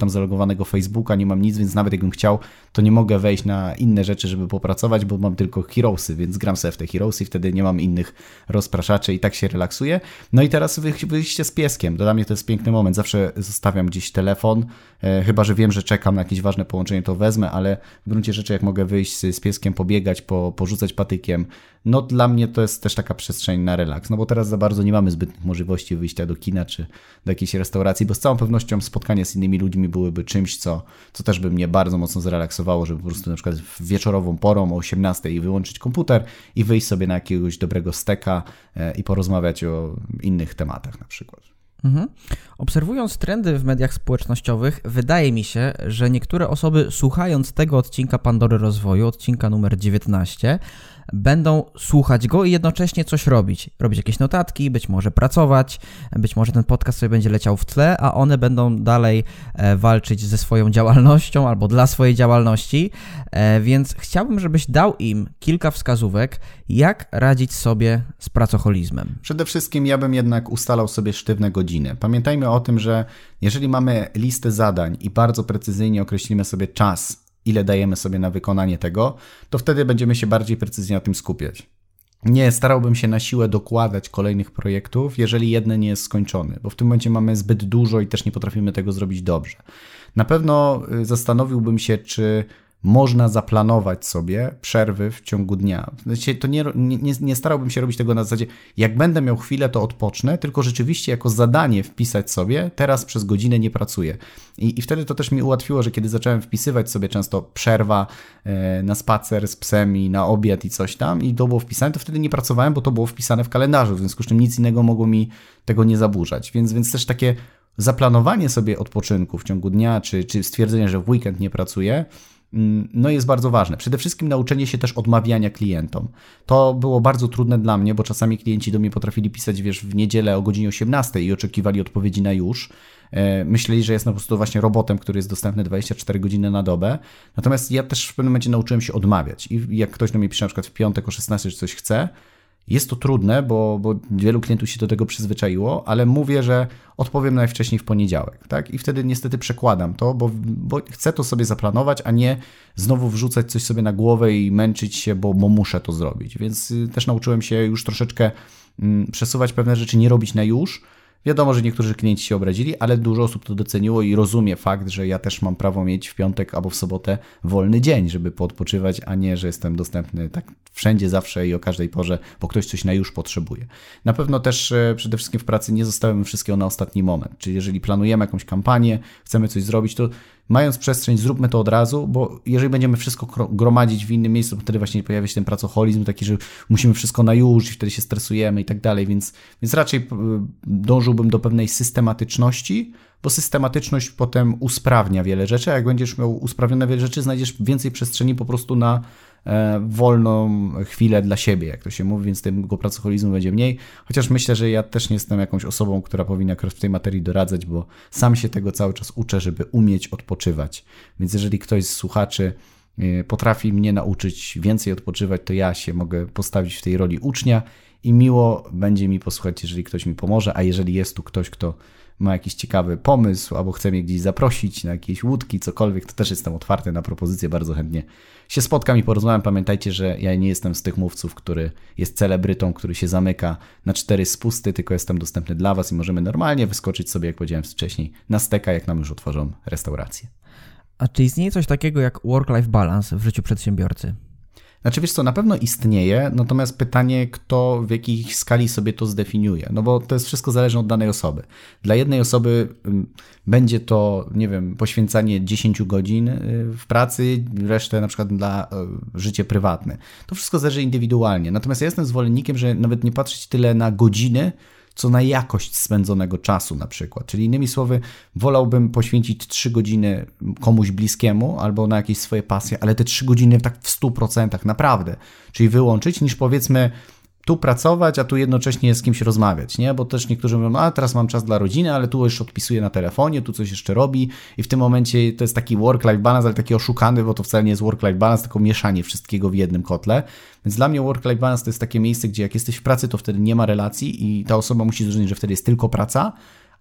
zainstalowanego Facebooka, nie mam nic, więc nawet jakbym chciał, to nie mogę wejść na inne rzeczy, żeby popracować, bo mam tylko Heroesy, więc gram sobie w te Heroesy i wtedy nie mam innych rozpraszaczy i tak się relaksuję. No i teraz wyjście z pieskiem. Dla mnie to jest piękny moment. Zawsze zostawiam gdzieś telefon, e, chyba że wiem, że czekam na jakieś ważne połączenie, to wezmę, ale w gruncie rzeczy jak mogę wyjść z, z pieskiem, pobiegać, po, porzucać patykiem, no dla mnie to jest też taka przestrzeń na relaks. No bo teraz za bardzo nie mamy zbytnych możliwości wyjścia do kina czy do jakiejś restauracji, bo z całą pewnością spotkania z innymi ludźmi byłyby czymś, co, co też by mnie bardzo mocno zrelaksowało, żeby po prostu na przykład wieczorową porą o osiemnastej wyłączyć komputer i wyjść sobie na jakiegoś dobrego steka e, i porozmawiać o innych tematach na przykład. Mhm. Obserwując trendy w mediach społecznościowych, wydaje mi się, że niektóre osoby słuchając tego odcinka Pandory Rozwoju, odcinka numer dziewiętnaście, będą słuchać go i jednocześnie coś robić. Robić jakieś notatki, być może pracować, być może ten podcast sobie będzie leciał w tle, a one będą dalej e, walczyć ze swoją działalnością albo dla swojej działalności, e, więc chciałbym, żebyś dał im kilka wskazówek, jak radzić sobie z pracoholizmem. Przede wszystkim ja bym jednak ustalał sobie sztywne godziny. Pamiętajmy o tym, że jeżeli mamy listę zadań i bardzo precyzyjnie określimy sobie czas, ile dajemy sobie na wykonanie tego, to wtedy będziemy się bardziej precyzyjnie na tym skupiać. Nie starałbym się na siłę dokładać kolejnych projektów, jeżeli jeden nie jest skończony, bo w tym momencie mamy zbyt dużo i też nie potrafimy tego zrobić dobrze. Na pewno zastanowiłbym się, czy można zaplanować sobie przerwy w ciągu dnia. Znaczy, to nie, nie, nie starałbym się robić tego na zasadzie, jak będę miał chwilę, to odpocznę, tylko rzeczywiście jako zadanie wpisać sobie, teraz przez godzinę nie pracuję. I, i wtedy to też mi ułatwiło, że kiedy zacząłem wpisywać sobie często przerwa e, na spacer z psem i na obiad i coś tam i to było wpisane, to wtedy nie pracowałem, bo to było wpisane w kalendarzu, w związku z czym nic innego mogło mi tego nie zaburzać. Więc, więc też takie zaplanowanie sobie odpoczynku w ciągu dnia, czy, czy stwierdzenie, że w weekend nie pracuję, no jest bardzo ważne. Przede wszystkim nauczenie się też odmawiania klientom. To było bardzo trudne dla mnie, bo czasami klienci do mnie potrafili pisać, wiesz, w niedzielę o godzinie osiemnastej i oczekiwali odpowiedzi na już. Myśleli, że jestem po prostu właśnie robotem, który jest dostępny dwadzieścia cztery godziny na dobę. Natomiast ja też w pewnym momencie nauczyłem się odmawiać. I jak ktoś do mnie pisze na przykład w piątek o szesnastej, że coś chce, jest to trudne, bo, bo wielu klientów się do tego przyzwyczaiło, ale mówię, że odpowiem najwcześniej w poniedziałek, tak? I wtedy niestety przekładam to, bo, bo chcę to sobie zaplanować, a nie znowu wrzucać coś sobie na głowę i męczyć się, bo, bo muszę to zrobić. Więc też nauczyłem się już troszeczkę mm, przesuwać pewne rzeczy, nie robić na już. Wiadomo, że niektórzy klienci się obrazili, ale dużo osób to doceniło i rozumie fakt, że ja też mam prawo mieć w piątek albo w sobotę wolny dzień, żeby poodpoczywać, a nie, że jestem dostępny tak wszędzie, zawsze i o każdej porze, bo ktoś coś na już potrzebuje. Na pewno też przede wszystkim w pracy nie zostawiamy wszystkiego na ostatni moment, czyli jeżeli planujemy jakąś kampanię, chcemy coś zrobić, to mając przestrzeń, zróbmy to od razu, bo jeżeli będziemy wszystko gromadzić w innym miejscu, to wtedy właśnie pojawia się ten pracoholizm taki, że musimy wszystko na już i wtedy się stresujemy i tak dalej, więc, więc raczej dążyłbym do pewnej systematyczności, bo systematyczność potem usprawnia wiele rzeczy, a jak będziesz miał usprawnione wiele rzeczy, znajdziesz więcej przestrzeni po prostu na e, wolną chwilę dla siebie, jak to się mówi, więc tego pracoholizmu będzie mniej, chociaż myślę, że ja też nie jestem jakąś osobą, która powinna w tej materii doradzać, bo sam się tego cały czas uczę, żeby umieć odpoczywać, więc jeżeli ktoś z słuchaczy e, potrafi mnie nauczyć więcej odpoczywać, to ja się mogę postawić w tej roli ucznia i miło będzie mi posłuchać, jeżeli ktoś mi pomoże, a jeżeli jest tu ktoś, kto ma jakiś ciekawy pomysł albo chce mnie gdzieś zaprosić na jakieś łódki, cokolwiek, to też jestem otwarty na propozycje, bardzo chętnie się spotkam i porozmawiam. Pamiętajcie, że ja nie jestem z tych mówców, który jest celebrytą, który się zamyka na cztery spusty, tylko jestem dostępny dla Was i możemy normalnie wyskoczyć sobie, jak powiedziałem wcześniej, na steka, jak nam już otworzą restaurację. A czy istnieje coś takiego jak work-life balance w życiu przedsiębiorcy? Znaczy wiesz co, na pewno istnieje, natomiast pytanie, kto w jakiej skali sobie to zdefiniuje, no bo to jest wszystko zależne od danej osoby. Dla jednej osoby będzie to, nie wiem, poświęcanie dziesięć godzin w pracy, resztę na przykład dla życia prywatne. To wszystko zależy indywidualnie, natomiast ja jestem zwolennikiem, że nawet nie patrzeć tyle na godziny, co na jakość spędzonego czasu na przykład. Czyli innymi słowy, wolałbym poświęcić trzy godziny komuś bliskiemu albo na jakieś swoje pasje, ale te trzy godziny tak w stu procentach naprawdę, czyli wyłączyć, niż powiedzmy tu pracować, a tu jednocześnie z kimś rozmawiać, nie? Bo też niektórzy mówią, a teraz mam czas dla rodziny, ale tu już odpisuję na telefonie, tu coś jeszcze robi i w tym momencie to jest taki work-life balance, ale taki oszukany, bo to wcale nie jest work-life balance, tylko mieszanie wszystkiego w jednym kotle. Więc dla mnie work-life balance to jest takie miejsce, gdzie jak jesteś w pracy, to wtedy nie ma relacji i ta osoba musi zrozumieć, że wtedy jest tylko praca,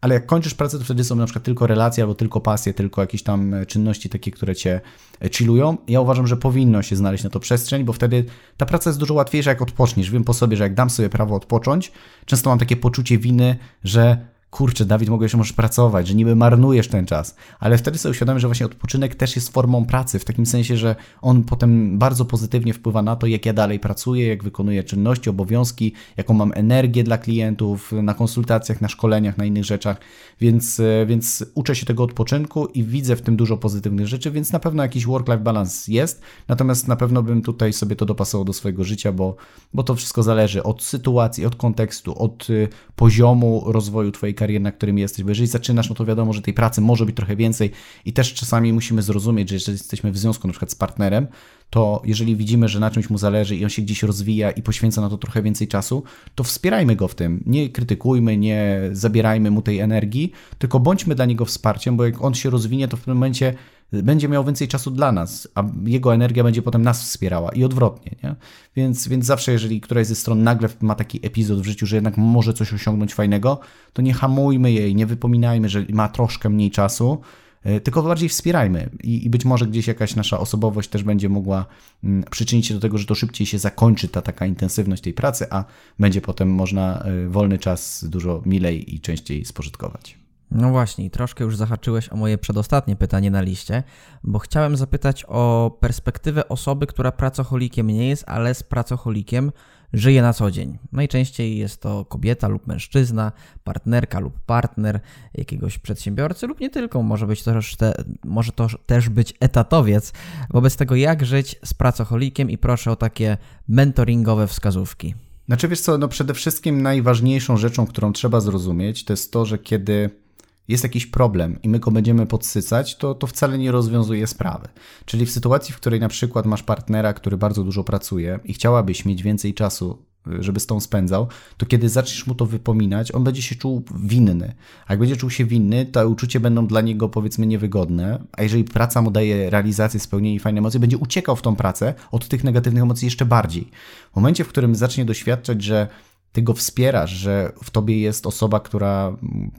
ale jak kończysz pracę, to wtedy są na przykład tylko relacje, albo tylko pasje, tylko jakieś tam czynności takie, które cię chillują. Ja uważam, że powinno się znaleźć na to przestrzeń, bo wtedy ta praca jest dużo łatwiejsza, jak odpoczniesz. Wiem po sobie, że jak dam sobie prawo odpocząć, często mam takie poczucie winy, że kurczę, Dawid, mogę jeszcze możesz pracować, że niby marnujesz ten czas, ale wtedy sobie uświadomię, że właśnie odpoczynek też jest formą pracy, w takim sensie, że on potem bardzo pozytywnie wpływa na to, jak ja dalej pracuję, jak wykonuję czynności, obowiązki, jaką mam energię dla klientów, na konsultacjach, na szkoleniach, na innych rzeczach, więc, więc uczę się tego odpoczynku i widzę w tym dużo pozytywnych rzeczy, więc na pewno jakiś work-life balance jest, natomiast na pewno bym tutaj sobie to dopasował do swojego życia, bo, bo to wszystko zależy od sytuacji, od kontekstu, od poziomu rozwoju twojej kariery, na którym jesteś, bo jeżeli zaczynasz, no to wiadomo, że tej pracy może być trochę więcej i też czasami musimy zrozumieć, że jeżeli jesteśmy w związku na przykład z partnerem, to jeżeli widzimy, że na czymś mu zależy i on się gdzieś rozwija i poświęca na to trochę więcej czasu, to wspierajmy go w tym, nie krytykujmy, nie zabierajmy mu tej energii, tylko bądźmy dla niego wsparciem, bo jak on się rozwinie, to w tym momencie będzie miał więcej czasu dla nas, a jego energia będzie potem nas wspierała i odwrotnie, nie? Więc, więc zawsze, jeżeli któraś ze stron nagle ma taki epizod w życiu, że jednak może coś osiągnąć fajnego, to nie hamujmy jej, nie wypominajmy, że ma troszkę mniej czasu, tylko bardziej wspierajmy i, i być może gdzieś jakaś nasza osobowość też będzie mogła mm, przyczynić się do tego, że to szybciej się zakończy ta taka intensywność tej pracy, a będzie potem można y, wolny czas dużo milej i częściej spożytkować. No właśnie, troszkę już zahaczyłeś o moje przedostatnie pytanie na liście, bo chciałem zapytać o perspektywę osoby, która pracocholikiem nie jest, ale z pracocholikiem żyje na co dzień. Najczęściej jest to kobieta lub mężczyzna, partnerka lub partner jakiegoś przedsiębiorcy lub nie tylko, może być to też, te, może to też być etatowiec. Wobec tego jak żyć z pracocholikiem i proszę o takie mentoringowe wskazówki. Znaczy wiesz co, no przede wszystkim najważniejszą rzeczą, którą trzeba zrozumieć, to jest to, że kiedy jest jakiś problem i my go będziemy podsycać, to, to wcale nie rozwiązuje sprawy. Czyli w sytuacji, w której na przykład masz partnera, który bardzo dużo pracuje i chciałabyś mieć więcej czasu, żeby z tą spędzał, to kiedy zaczniesz mu to wypominać, on będzie się czuł winny. A jak będzie czuł się winny, to uczucie będą dla niego powiedzmy niewygodne, a jeżeli praca mu daje realizację, spełnienie i fajne emocje, będzie uciekał w tą pracę od tych negatywnych emocji jeszcze bardziej. W momencie, w którym zacznie doświadczać, że ty go wspierasz, że w tobie jest osoba, która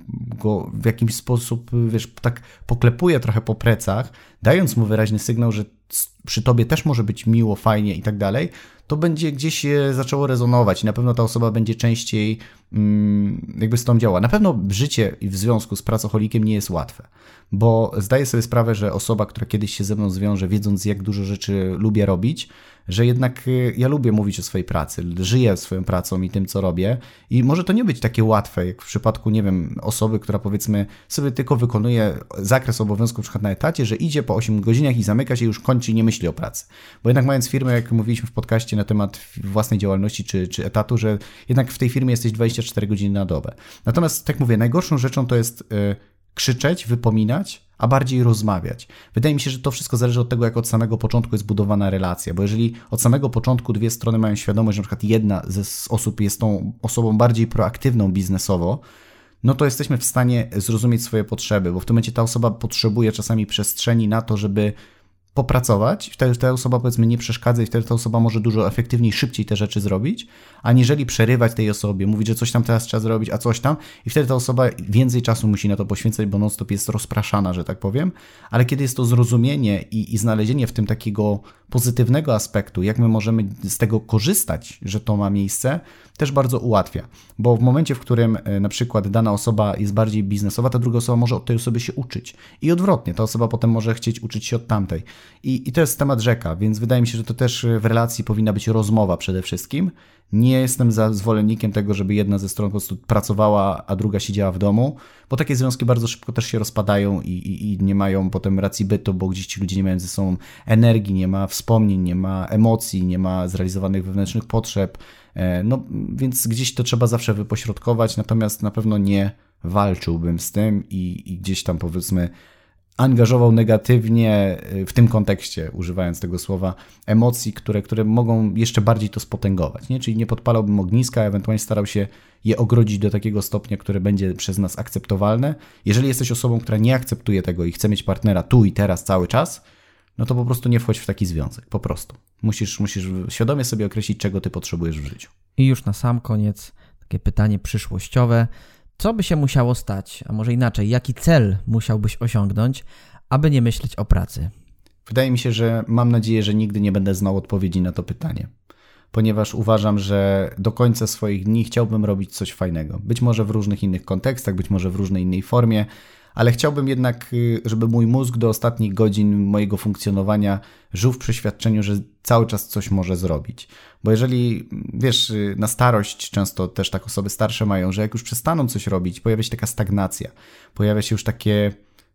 go w jakiś sposób, wiesz, tak poklepuje trochę po plecach, dając mu wyraźny sygnał, że przy tobie też może być miło, fajnie i tak dalej, to będzie gdzieś zaczęło rezonować i na pewno ta osoba będzie częściej mm, jakby z tą działała. Na pewno życie w związku z pracocholikiem nie jest łatwe, bo zdaję sobie sprawę, że osoba, która kiedyś się ze mną zwiąże, wiedząc jak dużo rzeczy lubię robić, że jednak ja lubię mówić o swojej pracy, żyję swoją pracą i tym, co robię i może to nie być takie łatwe, jak w przypadku, nie wiem, osoby, która powiedzmy sobie tylko wykonuje zakres obowiązków na przykład na etacie, że idzie po osiem godzinach i zamyka się i już kończy i nie myśli o pracy. Bo jednak mając firmę, jak mówiliśmy w podcaście na temat własnej działalności czy, czy etatu, że jednak w tej firmie jesteś dwadzieścia cztery godziny na dobę. Natomiast, tak mówię, najgorszą rzeczą to jest yy, krzyczeć, wypominać, a bardziej rozmawiać. Wydaje mi się, że to wszystko zależy od tego, jak od samego początku jest budowana relacja, bo jeżeli od samego początku dwie strony mają świadomość, że na przykład jedna z osób jest tą osobą bardziej proaktywną biznesowo, no to jesteśmy w stanie zrozumieć swoje potrzeby, bo w tym momencie ta osoba potrzebuje czasami przestrzeni na to, żeby popracować, wtedy ta osoba powiedzmy nie przeszkadza i wtedy ta osoba może dużo efektywniej, szybciej te rzeczy zrobić, aniżeli przerywać tej osobie, mówić, że coś tam teraz trzeba zrobić, a coś tam i wtedy ta osoba więcej czasu musi na to poświęcać, bo non-stop jest rozpraszana, że tak powiem, ale kiedy jest to zrozumienie i, i znalezienie w tym takiego pozytywnego aspektu, jak my możemy z tego korzystać, że to ma miejsce, też bardzo ułatwia, bo w momencie, w którym na przykład dana osoba jest bardziej biznesowa, ta druga osoba może od tej osoby się uczyć i odwrotnie, ta osoba potem może chcieć uczyć się od tamtej i, i to jest temat rzeka, więc wydaje mi się, że to też w relacji powinna być rozmowa przede wszystkim. Nie jestem za zwolennikiem tego, żeby jedna ze stron po prostu pracowała, a druga siedziała w domu, bo takie związki bardzo szybko też się rozpadają i, i, i nie mają potem racji bytu, bo gdzieś ci ludzie nie mają ze sobą energii, nie ma wspomnień, nie ma emocji, nie ma zrealizowanych wewnętrznych potrzeb, no więc gdzieś to trzeba zawsze wypośrodkować, natomiast na pewno nie walczyłbym z tym i, i gdzieś tam powiedzmy angażował negatywnie w tym kontekście, używając tego słowa, emocji, które, które mogą jeszcze bardziej to spotęgować, nie? Czyli nie podpalałbym ogniska, ewentualnie starał się je ogrodzić do takiego stopnia, które będzie przez nas akceptowalne. Jeżeli jesteś osobą, która nie akceptuje tego i chce mieć partnera tu i teraz cały czas, no to po prostu nie wchodź w taki związek, po prostu. Musisz, musisz świadomie sobie określić, czego ty potrzebujesz w życiu. I już na sam koniec takie pytanie przyszłościowe. Co by się musiało stać, a może inaczej, jaki cel musiałbyś osiągnąć, aby nie myśleć o pracy? Wydaje mi się, że mam nadzieję, że nigdy nie będę znał odpowiedzi na to pytanie, ponieważ uważam, że do końca swoich dni chciałbym robić coś fajnego. Być może w różnych innych kontekstach, być może w różnej innej formie, ale chciałbym jednak, żeby mój mózg do ostatnich godzin mojego funkcjonowania żył w przeświadczeniu, że cały czas coś może zrobić. Bo jeżeli, wiesz, na starość często też tak osoby starsze mają, że jak już przestaną coś robić, pojawia się taka stagnacja, pojawia się już takie,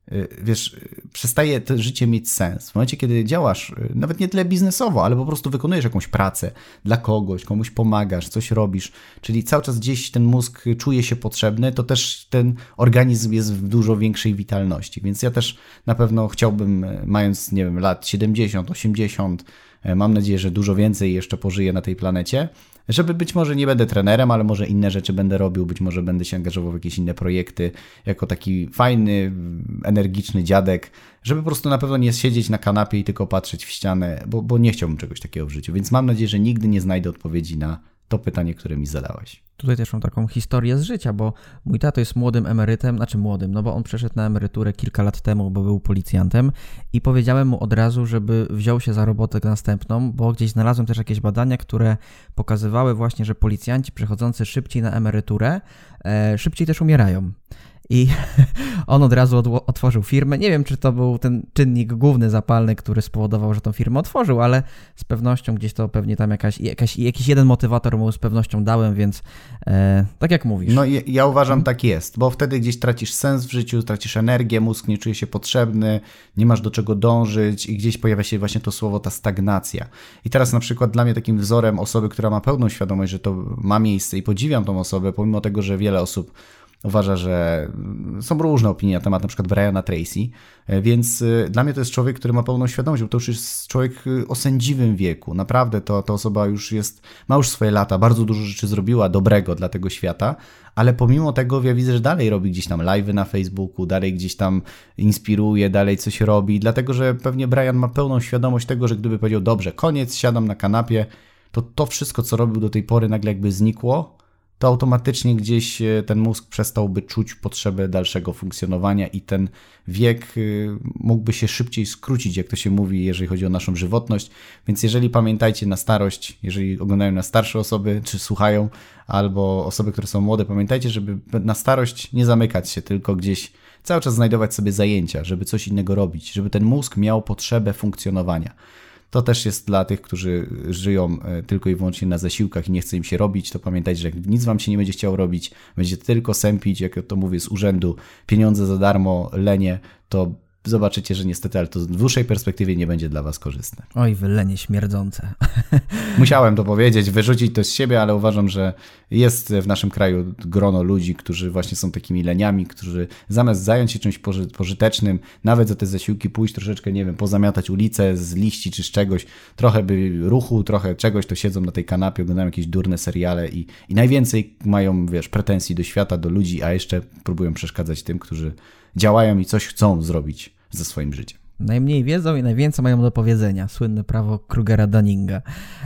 wiesz, przestaje to życie mieć sens. W momencie, kiedy działasz, nawet nie tyle biznesowo, ale po prostu wykonujesz jakąś pracę dla kogoś, komuś pomagasz, coś robisz, czyli cały czas gdzieś ten mózg czuje się potrzebny, to też ten organizm jest w dużo większej witalności. Więc ja też na pewno chciałbym, mając, nie wiem, lat siedemdziesiąt, osiemdziesiąt, mam nadzieję, że dużo więcej jeszcze pożyję na tej planecie, żeby być może nie będę trenerem, ale może inne rzeczy będę robił, być może będę się angażował w jakieś inne projekty, jako taki fajny, energiczny dziadek, żeby po prostu na pewno nie siedzieć na kanapie i tylko patrzeć w ścianę, bo, bo nie chciałbym czegoś takiego w życiu. Więc mam nadzieję, że nigdy nie znajdę odpowiedzi na to pytanie, które mi zadałeś. Tutaj też mam taką historię z życia, bo mój tato jest młodym emerytem, znaczy młodym, no bo on przeszedł na emeryturę kilka lat temu, bo był policjantem i powiedziałem mu od razu, żeby wziął się za robotę następną, bo gdzieś znalazłem też jakieś badania, które pokazywały właśnie, że policjanci przechodzący szybciej na emeryturę, e, szybciej też umierają. I on od razu odło- otworzył firmę. Nie wiem, czy to był ten czynnik główny zapalny, który spowodował, że tą firmę otworzył, ale z pewnością gdzieś to pewnie tam jakaś, jakaś, jakiś jeden motywator mu z pewnością dałem, więc e, tak jak mówisz. No ja, ja uważam, tak jest, bo wtedy gdzieś tracisz sens w życiu, tracisz energię, mózg nie czuje się potrzebny, nie masz do czego dążyć i gdzieś pojawia się właśnie to słowo, ta stagnacja. I teraz na przykład dla mnie takim wzorem osoby, która ma pełną świadomość, że to ma miejsce i podziwiam tą osobę, pomimo tego, że wiele osób uważa, że są różne opinie na temat na przykład Briana Tracy, więc dla mnie to jest człowiek, który ma pełną świadomość, bo to już jest człowiek o sędziwym wieku. Naprawdę to, to osoba już jest, ma już swoje lata, bardzo dużo rzeczy zrobiła dobrego dla tego świata, ale pomimo tego ja widzę, że dalej robi gdzieś tam live'y na Facebooku, dalej gdzieś tam inspiruje, dalej coś robi, dlatego że pewnie Brian ma pełną świadomość tego, że gdyby powiedział, dobrze, koniec, siadam na kanapie, to to wszystko, co robił do tej pory nagle jakby znikło, to automatycznie gdzieś ten mózg przestałby czuć potrzebę dalszego funkcjonowania i ten wiek mógłby się szybciej skrócić, jak to się mówi, jeżeli chodzi o naszą żywotność. Więc jeżeli pamiętajcie na starość, jeżeli oglądają nas starsze osoby, czy słuchają, albo osoby, które są młode, pamiętajcie, żeby na starość nie zamykać się, tylko gdzieś cały czas znajdować sobie zajęcia, żeby coś innego robić, żeby ten mózg miał potrzebę funkcjonowania. To też jest dla tych, którzy żyją tylko i wyłącznie na zasiłkach i nie chce im się robić, to pamiętajcie, że jak nic wam się nie będzie chciało robić, będziecie tylko sępić, jak to mówię z urzędu, pieniądze za darmo, lenie, to zobaczycie, że niestety, ale to w dłuższej perspektywie nie będzie dla was korzystne. Oj, wylenie śmierdzące. Musiałem to powiedzieć, wyrzucić to z siebie, ale uważam, że jest w naszym kraju grono ludzi, którzy właśnie są takimi leniami, którzy zamiast zająć się czymś poży- pożytecznym, nawet za te zasiłki pójść troszeczkę, nie wiem, pozamiatać ulicę z liści czy z czegoś, trochę by ruchu, trochę czegoś, to siedzą na tej kanapie, oglądają jakieś durne seriale i, i najwięcej mają, wiesz, pretensji do świata, do ludzi, a jeszcze próbują przeszkadzać tym, którzy działają i coś chcą zrobić ze swoim życiem. Najmniej wiedzą i najwięcej mają do powiedzenia. Słynne prawo Krugera-Dunninga.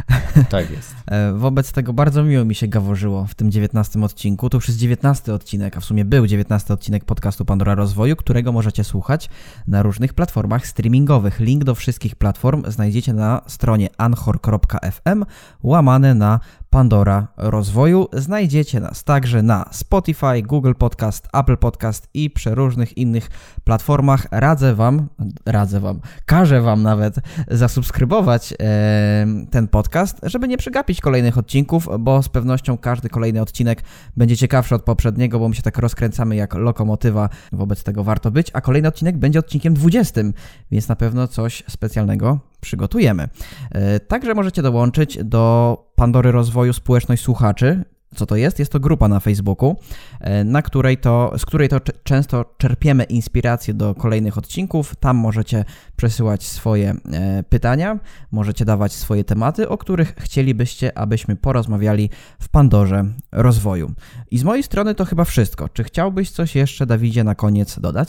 Tak jest. Wobec tego bardzo miło mi się gaworzyło w tym dziewiętnastym odcinku. To już jest dziewiętnasty odcinek, a w sumie był dziewiętnasty odcinek podcastu Pandora Rozwoju, którego możecie słuchać na różnych platformach streamingowych. Link do wszystkich platform znajdziecie na stronie anchor kropka ef em łamane na Pandora Rozwoju. Znajdziecie nas także na Spotify, Google Podcast, Apple Podcast i przeróżnych innych platformach. Radzę wam, radzę wam, każę wam nawet zasubskrybować e, ten podcast, żeby nie przegapić kolejnych odcinków, bo z pewnością każdy kolejny odcinek będzie ciekawszy od poprzedniego, bo my się tak rozkręcamy jak lokomotywa, wobec tego warto być, a kolejny odcinek będzie odcinkiem dwudziestym, więc na pewno coś specjalnego przygotujemy. Także możecie dołączyć do Pandory Rozwoju Społeczność Słuchaczy. Co to jest? Jest to grupa na Facebooku, na której to, z której to c- często czerpiemy inspirację do kolejnych odcinków. Tam możecie przesyłać swoje e, pytania, możecie dawać swoje tematy, o których chcielibyście, abyśmy porozmawiali w Pandorze Rozwoju. I z mojej strony to chyba wszystko. Czy chciałbyś coś jeszcze, Dawidzie, na koniec dodać?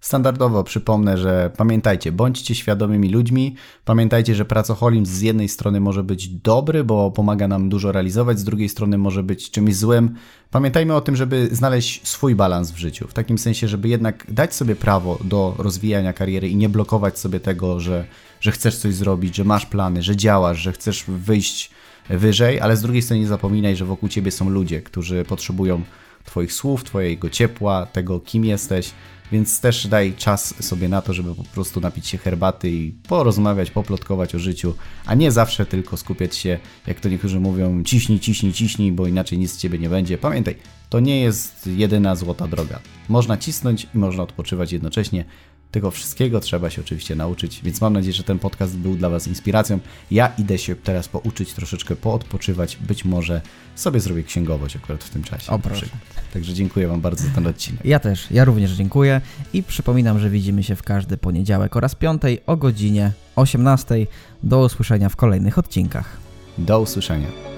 Standardowo przypomnę, że pamiętajcie, bądźcie świadomymi ludźmi, pamiętajcie, że pracoholizm z jednej strony może być dobry, bo pomaga nam dużo realizować, z drugiej strony może być czymś złym. Pamiętajmy o tym, żeby znaleźć swój balans w życiu, w takim sensie, żeby jednak dać sobie prawo do rozwijania kariery i nie blokować sobie tego, że, że chcesz coś zrobić, że masz plany, że działasz, że chcesz wyjść wyżej, ale z drugiej strony nie zapominaj, że wokół ciebie są ludzie, którzy potrzebują Twoich słów, Twojego ciepła, tego kim jesteś, więc też daj czas sobie na to, żeby po prostu napić się herbaty i porozmawiać, poplotkować o życiu, a nie zawsze tylko skupiać się, jak to niektórzy mówią, ciśnij, ciśnij, ciśnij, bo inaczej nic z Ciebie nie będzie. Pamiętaj, to nie jest jedyna złota droga. Można cisnąć i można odpoczywać jednocześnie. Tego wszystkiego trzeba się oczywiście nauczyć, więc mam nadzieję, że ten podcast był dla Was inspiracją. Ja idę się teraz pouczyć, troszeczkę poodpoczywać, być może sobie zrobię księgowość akurat w tym czasie. O proszę. Także dziękuję Wam bardzo za ten odcinek. Ja też, ja również dziękuję i przypominam, że widzimy się w każdy poniedziałek oraz piątej o godzinie osiemnastej. Do usłyszenia w kolejnych odcinkach. Do usłyszenia.